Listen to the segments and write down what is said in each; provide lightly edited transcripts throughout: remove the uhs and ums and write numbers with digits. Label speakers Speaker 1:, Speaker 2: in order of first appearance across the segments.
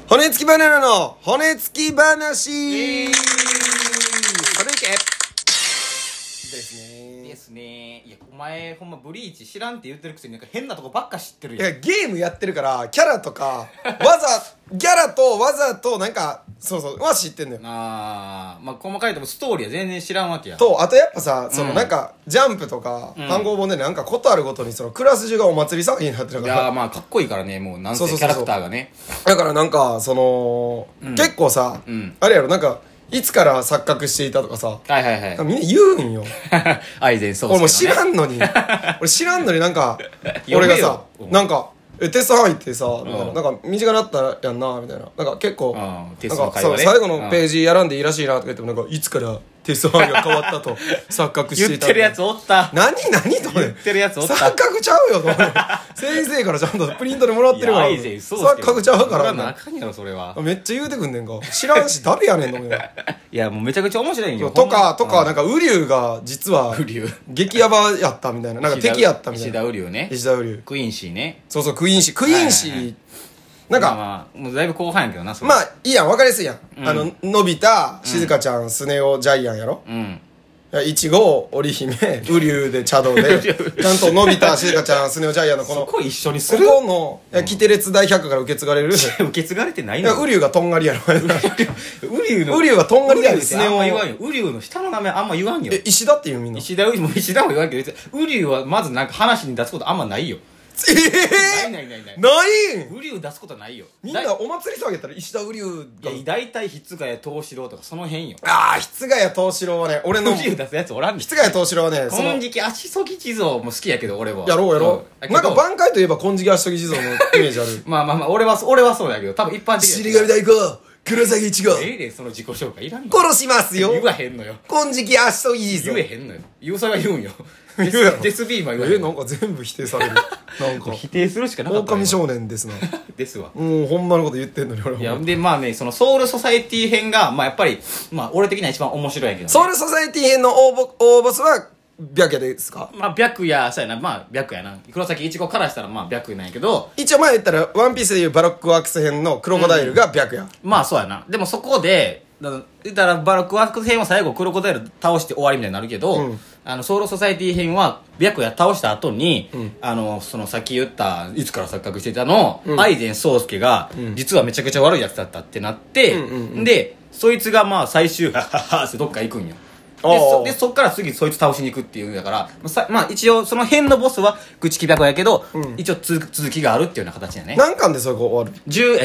Speaker 1: 骨付きバナナの骨付き話、それいけですね。
Speaker 2: ですね。いやお前ほんまブリーチ知らんって言ってるくせになんか変なとこばっか知ってるやん。
Speaker 1: いやゲームやってるからキャラとかギャラと技となんかそうは知ってんのよ。
Speaker 2: まあ細かいとこストーリーは全然知らんわけや。
Speaker 1: とあとやっぱさそのなんか、ジャンプとか単行本でなんかことあるごとにそのクラス中がお祭り作品になってるから。
Speaker 2: いやまあかっこいいからね、もうなんせ
Speaker 1: そう
Speaker 2: キャラクターがね。
Speaker 1: だからなんかその、結構さ、あれやろなんかいつから錯覚していたとかさ、
Speaker 2: はいはいはい。
Speaker 1: みんな言うんよ。
Speaker 2: アイゼンそう
Speaker 1: 俺もう知らんのになんか俺がさなんかテスト入ってさみたいな、なんか短なったやんなみたいな、なんか結構
Speaker 2: テ
Speaker 1: なんか
Speaker 2: ストの会話ね。
Speaker 1: 最後のページやらんでいいらしいなとか言ってもなんかいつからテスト範囲が変わったと錯覚していた。
Speaker 2: 言ってるやつおった。
Speaker 1: 何と思
Speaker 2: 言ってるやつおった。
Speaker 1: 錯覚ちゃうよと思って先生からちゃんとプリントでもらってるから
Speaker 2: アイゼンそう
Speaker 1: 錯覚ちゃうから
Speaker 2: なあかんやろそれは。
Speaker 1: めっちゃ言うてくんねんか、知らんし誰やねんと思うよ
Speaker 2: いやもうめちゃくちゃ面白いんよ。
Speaker 1: とかなんかウリュウが実は
Speaker 2: ウリュウ
Speaker 1: 激ヤバやったみたいな、なんか敵やったみたい
Speaker 2: 石
Speaker 1: な。
Speaker 2: 田ウリュウね。
Speaker 1: 石田ウリュウ
Speaker 2: クイーンシーね。
Speaker 1: そうクイーンシーなんか
Speaker 2: まあもうだいぶ後半やけどなそれ。
Speaker 1: まあいいやん、分かりやすいやん、のび太静香ちゃんスネ夫ジャイアンやろ、いちご織姫ウリュウで茶道でちゃんとのび太静香ちゃんスネ夫ジャイアンのこの
Speaker 2: そこ一緒にする。
Speaker 1: ここのキテレツ大百科から受け継がれる
Speaker 2: 受け継がれてないの。
Speaker 1: ウリュウがとんがりやろ
Speaker 2: ウリュウの
Speaker 1: ウリュウがとんがりやで
Speaker 2: ウリュウってあんま言わん
Speaker 1: ス
Speaker 2: よ。ウリュウの下の名前あんま言わんよ。
Speaker 1: 石田って言うみんな。
Speaker 2: 石田も石田も言わんけど、ウリュウはまずなんか話に出すことあんまないよ。ない
Speaker 1: ない
Speaker 2: ウリュウ出すことはないよ。
Speaker 1: みんなお祭り騒ぎやったら石田ウリュウが
Speaker 2: いや大体筆ヶ谷藤四郎とかその辺よ。
Speaker 1: 筆ヶ谷藤四郎はね俺の
Speaker 2: ウリュウ出すやつおらんねん。
Speaker 1: 筆ヶ谷藤四郎はね
Speaker 2: 金色足そぎ地蔵も好きやけど俺は
Speaker 1: やろう、なんか
Speaker 2: バ
Speaker 1: 挽回といえば金色足取地蔵のイメージある
Speaker 2: まあ俺はそうやけど多分一般的
Speaker 1: 死神大根黒崎一号
Speaker 2: その自己紹介いらんの。
Speaker 1: 殺しますよ
Speaker 2: 言わへんのよ。
Speaker 1: 金色足取地蔵
Speaker 2: 言えへんのよ。それは言うんよ。
Speaker 1: 言うやろ
Speaker 2: デスビーマー言わへんの。
Speaker 1: なんか全部否定されるなんか
Speaker 2: 否定するしかなかった
Speaker 1: 狼少年ですな
Speaker 2: ですわ。
Speaker 1: もうほんまのこと言ってんのに俺
Speaker 2: いや
Speaker 1: は
Speaker 2: でまあね、そのソウルソサエティ編がまあやっぱりまあ俺的には一番面白いんやけどね。
Speaker 1: ソウルソサエティ編の大ボスは白夜ですか。
Speaker 2: まあ白夜そうやな、まあ白夜な。黒崎一護からしたらまあ白夜なんやけど、
Speaker 1: 一応前言ったらワンピースでいうバロックワークス編のクロコダイルが白夜、
Speaker 2: まあそうやな。でもそこで言ったらバロックワークス編は最後クロコダイル倒して終わりみたいになるけど、ソウルソサエティ編は白夜倒した後に、そのさっき言ったいつから錯覚していたの、アイゼン宗介が、実はめちゃくちゃ悪いやつだったってなって、でそいつがまあ最終ハッハッハってどっか行くんよ。でそっから次そいつ倒しに行くっていうんだから、まあ一応その辺のボスは朽木白夜やけど、一応続きがあるっていうような形やね。
Speaker 1: 何巻でそれ終わる。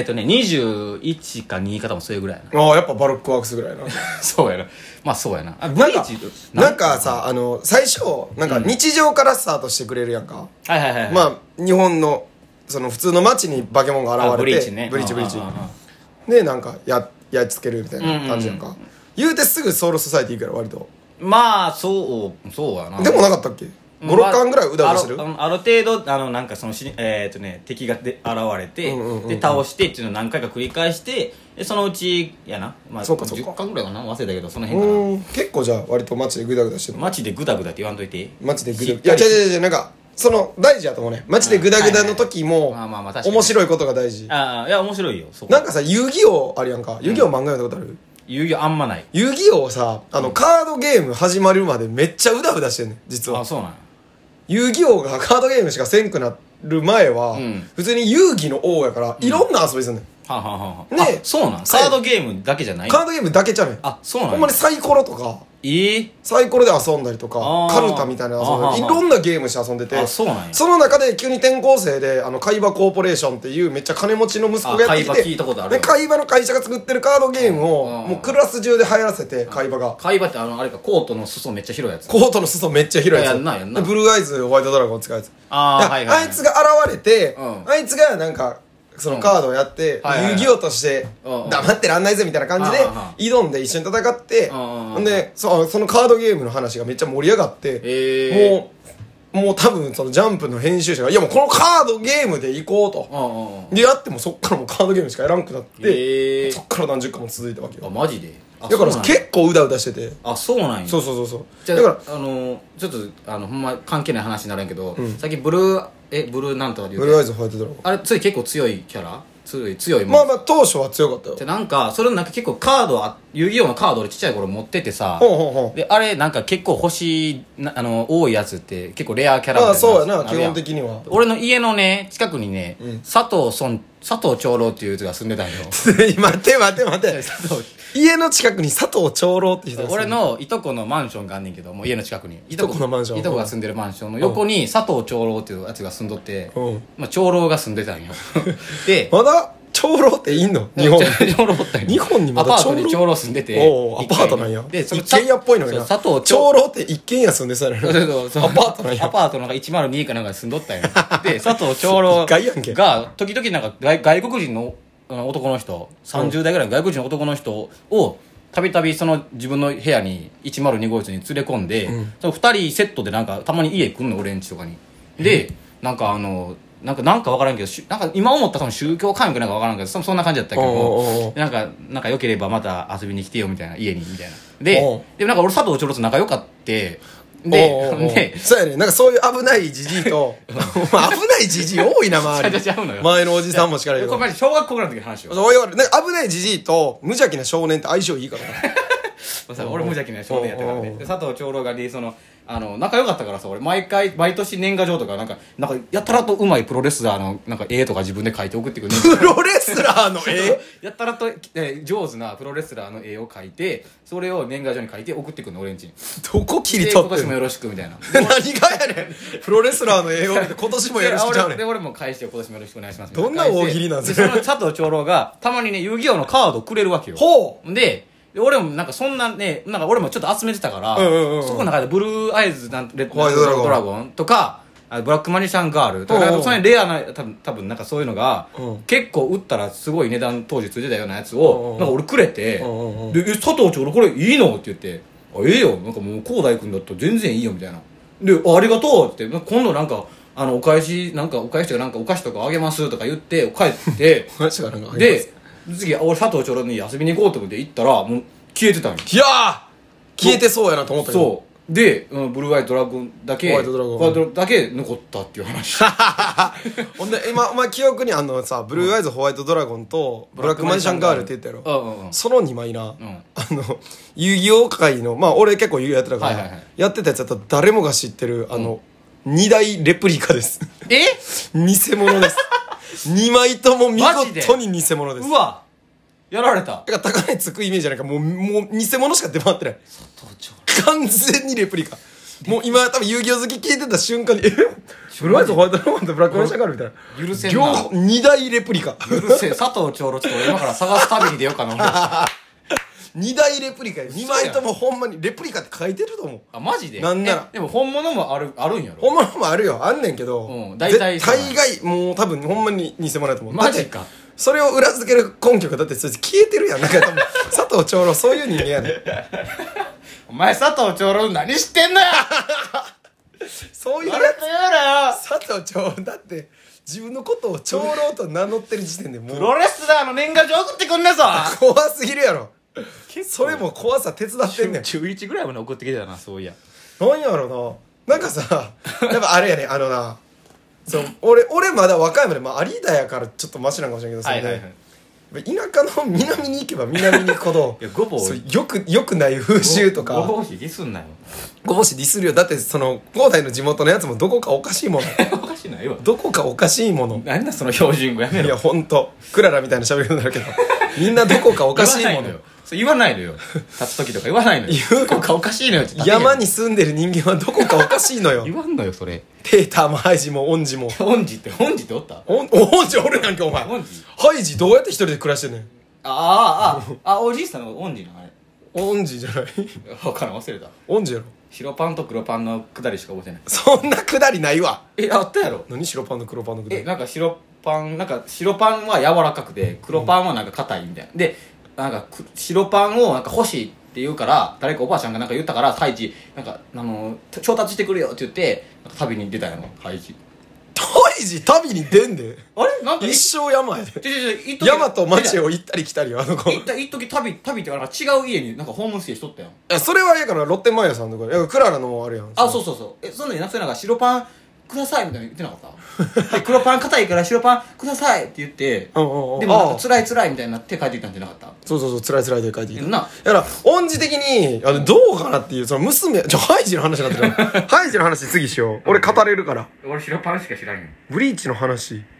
Speaker 2: 21か2か多分それぐらいやな。
Speaker 1: やっぱバロックワークスぐらいな
Speaker 2: そうやな。まあそうやな。
Speaker 1: なんかさ最初なんか日常からスタートしてくれるやんか、
Speaker 2: はい
Speaker 1: まあ日本のその普通の街に化け物が現れて
Speaker 2: ブリーチね。
Speaker 1: ブリーチでなんかやっつけるみたいな感じやんか、言うてすぐソウルソサイティ行くやろ割と。
Speaker 2: まあそうやな。
Speaker 1: でもなかったっけ、56巻ぐらいうだうだしてる。
Speaker 2: ある程度なんかその敵が現れて、で倒してっていうのを何回か繰り返して、でそのうちやな、まあ
Speaker 1: そうか
Speaker 2: 10巻ぐらいかな、忘れたけどその辺かな。
Speaker 1: 結構じゃあ割と街でグダグダしてる。
Speaker 2: 街でグダグダって言わんといて。
Speaker 1: 街でグダグダ、いや違うなんかその大事やと思うね。街でグダグダの時も面白いことが大事。
Speaker 2: いや面白いよ。
Speaker 1: なんかさ遊戯王あるやんか。遊戯王漫画読んだことある。
Speaker 2: 遊戯王あんまない。
Speaker 1: 遊戯王さカードゲーム始まるまでめっちゃうだうだしてんねん実は。
Speaker 2: そうなんや。
Speaker 1: 遊戯王がカードゲームしかせんくなる前は、普通に遊戯の王やからいろんな遊びすんねん。
Speaker 2: ね、そうなん。カードゲームだけじゃない。
Speaker 1: カードゲームだけじゃねん。
Speaker 2: そうなん。
Speaker 1: ほんまにサイコロとかサイコロで遊んだりとかカルタみたいな遊んだりいろんなゲームして遊んでて、
Speaker 2: そうなんや。
Speaker 1: その中で急に転校生で海馬コーポレーションっていうめっちゃ金持ちの息子がやってきて、
Speaker 2: 海馬聞いたことある。
Speaker 1: で海馬の会社が作ってるカードゲームをもうクラス中で流行らせて、海馬が
Speaker 2: 海馬ってあれか、コートの裾めっちゃ広いやつ。
Speaker 1: コートの裾めっちゃ広いやつ
Speaker 2: やんな。
Speaker 1: ブルーアイズホワイトドラゴン使うやつ。あいつが現れて、あいつがなんかそのカードをやって遊戯王として黙ってらんないぜみたいな感じで挑んで一緒に戦って、でそのカードゲームの話がめっちゃ盛り上がって、もう多分そのジャンプの編集者がいやもうこのカードゲームで行こうとでやってもそっからもうカードゲームしかやらんくなって、そっから何十回も続いたわけよ。
Speaker 2: マジで。
Speaker 1: だから結構うだうだしてて。
Speaker 2: そうなんや。
Speaker 1: そう
Speaker 2: だからちょっとほんま関係ない話になるんやけど、さっきブルーなんとかで言う
Speaker 1: ブルーアイズホワイトドラゴン
Speaker 2: あれそれ結構強いキャラ。 強い
Speaker 1: もん。まあ当初は強かったよ。
Speaker 2: でなんかそれなんか結構カード遊戯王のカード俺ちっちゃい頃持っててさ、であれなんか結構多いやつって結構レアキャラみたいな。
Speaker 1: そうやな、基本的には。
Speaker 2: 俺の家のね近くにね、佐藤長老っていうやつが住んでたんよ。
Speaker 1: 待って家の近くに佐藤長老って人が住んで
Speaker 2: 俺のいとこのマンションがあんねんけども、家の近くに
Speaker 1: いとこのマンション、
Speaker 2: いとこが住んでるマンションの横に佐藤長老っていうやつが住んどって、まあ長老が住んでたんよ。で
Speaker 1: まだ長老っていんの日本に。
Speaker 2: 長老おったんよ。
Speaker 1: 日本にまだ
Speaker 2: アパートに長老住んでて、
Speaker 1: アパートなんや。で一軒家っぽいのにな。
Speaker 2: 佐藤
Speaker 1: 長老って一軒家住んでそうやな。アパートなんや。
Speaker 2: アパートなんか102かなんか住んどったんよ。で佐藤長老が時々なんか外国人の男の人30代ぐらいの外国人の男の人をたびたびその自分の部屋に102号室に連れ込んで、その2人セットでなんかたまに家来んの俺ん家とかに。でなんかなんか分からんけどなんか今思ったら多分宗教関係なんか分からんけどそんな感じだったけど、なんか良ければまた遊びに来てよみたいな、家にみたいな。でもなんか俺佐藤長老と仲良かってで
Speaker 1: そうやね、なんかそういう危ないじじいと危ないじじい多いな周り。前のおじさんもしかり
Speaker 2: これ小学校ぐらいの時の話よ。
Speaker 1: なんか危ないじじいと無邪気な少年って相性いいから
Speaker 2: な。俺無邪気な少年やったからね。佐藤長老が仲良かったからさ、俺毎年年賀状とかなんかやたらとうまいプロレスラーのなんか絵とか自分で描いて送ってくる。
Speaker 1: プロレスラーの絵
Speaker 2: やたらと上手なプロレスラーの絵を描いて、それを年賀状に描いて送ってくるの俺んちに。
Speaker 1: どこ切り取ってんの。
Speaker 2: 今年もよろしくみたいな。
Speaker 1: 何がやねん。プロレスラーの絵を見て今年もよろしくちゃうねん。
Speaker 2: で俺も返して今年もよろしくお願いしますみ
Speaker 1: たいな。どんな大喜利なんですか。
Speaker 2: その佐藤長老がたまにね遊戯王のカードくれるわけよ。
Speaker 1: ほう
Speaker 2: で俺もなんかそんなね、なんか俺もちょっと集めてたから、そこの中でブルーアイズレッドドラゴンとかブラックマジシャンガールとか、それレアな多分なんかそういうのが結構売ったらすごい値段当時ついてたようなやつをなんか俺くれて、で佐藤長老これいいのって言って、ええよ、なんかもう広大君だったら全然いいよみたいな。でありがとうって今度なんかお返しとかなんかお菓子とかあげますとか言って帰ってで次俺佐藤長老に遊びに行こうと思って行ったらもう消えてたんよ。
Speaker 1: いやー消えてそうやなと思ったけど。
Speaker 2: そうで、ブルーアイドラゴンだけ
Speaker 1: ホワイトドラゴン
Speaker 2: だけ残ったっていう話。
Speaker 1: ほんで今お前記憶にあんのさ、ブルーアイズホワイトドラゴンとブラックマジシャンガールって言ったやろ。その2枚な、遊戯王界のまあ俺結構遊戯やってたから、やってたやつだったら誰もが知ってる2大レプリカです。偽物です。2枚とも見事に偽物です。
Speaker 2: うわやられた。
Speaker 1: だから高値つくイメージじゃないか。もう偽物しか出回ってない。完全にレプリカ。もう今多分遊戯王好き聞いてた瞬間にブルーアイズホワイトドラゴンとブラックマジシャンガールみたいな。
Speaker 2: 許せんな。
Speaker 1: 両方2大レプリカ。
Speaker 2: 許せん。佐藤長老ちょっと今から探す旅に出ようかな。
Speaker 1: 2大レプリカよ。2枚ともほんまにレプリカって書いてると思う。
Speaker 2: あマジで。
Speaker 1: なんなら
Speaker 2: でも本物もあるんやろ。
Speaker 1: 本物もあるよ。あんねんけど、
Speaker 2: 大体
Speaker 1: もう多分ほんまに偽物やと思う。
Speaker 2: マジか。
Speaker 1: それを裏付ける根拠がだってそれ消えてるやん。なんか多分佐藤長老そういう人間やねん。
Speaker 2: お前佐藤長老何知ってんだよ。
Speaker 1: そういうやつ佐藤長老だって自分のことを長老と名乗ってる時点でもう
Speaker 2: プロレスラーの年賀状送ってくんねぞ。
Speaker 1: 怖すぎるやろ。それも怖さ手伝ってんねん。
Speaker 2: 中1ぐらいまで送ってきてたなそういや。
Speaker 1: なんやろな。なんかさやっぱあれやねそう俺まだ和歌山で有田やからちょっとマシなんかもしれんけど、それで田舎の南に行けば南に行くほどよくない風習とか
Speaker 2: ごぼうしディスんなよ。
Speaker 1: ごぼうしディスるよ。だってその広大の地元のやつもどこかおかしいもの
Speaker 2: おかしないわ。
Speaker 1: どこかおかしいもの。
Speaker 2: なんだその標準語やめろ。
Speaker 1: いやほんとクララみたいな喋りになるけどみんなどこかおかしいもの
Speaker 2: 言わないのよ。立つ時とか言わないのよ。どこかおかしいのよ。
Speaker 1: 山に住んでる人間はどこかおかしいのよ。
Speaker 2: 言わんのよそれ。
Speaker 1: ペーターもハイジもオンジも。
Speaker 2: オンジっておった
Speaker 1: オンジおるやんけお前。
Speaker 2: オンジ
Speaker 1: ハイジどうやって一人で暮らしてんねん。
Speaker 2: おじいさんのオンジなあれ。
Speaker 1: オンジじゃない。
Speaker 2: 分からん忘れた。
Speaker 1: オンジやろ。
Speaker 2: 白パンと黒パンのくだりしか覚えてない。
Speaker 1: そんなくだりないわ。
Speaker 2: あったやろ。
Speaker 1: 何白パンと黒パンのくだり。
Speaker 2: なんか白パンは柔らかくて黒パンはなんか硬いみたいな。でなんか白パンをなんか欲しいって言うから誰かおばあちゃんがなんか言ったからハイジなんか調達してくるよって言ってなんか旅に出たやろハイジ。
Speaker 1: ハイジ旅に出んで。
Speaker 2: あれなんか
Speaker 1: 一生山やで。山と町を行ったり来たりよ子。
Speaker 2: 一時旅ってなんか違う家になんかホームステイしとったやん。
Speaker 1: それはやからロッテンマイヤーさんとかクララのあるやん。
Speaker 2: そうそんなになんか白パンくださいみたいな言ってなかったで黒パン硬いから白パンくださいって言ってでもなんか辛いみたいになって帰ってきたんじゃなかった？
Speaker 1: そう辛いで帰ってきた
Speaker 2: な。
Speaker 1: だから音痴的にどうかなっていうその娘ハイジの話になってるハイジの話次しよう俺語れるから
Speaker 2: 俺白パンしか知らんよ
Speaker 1: ブリーチの話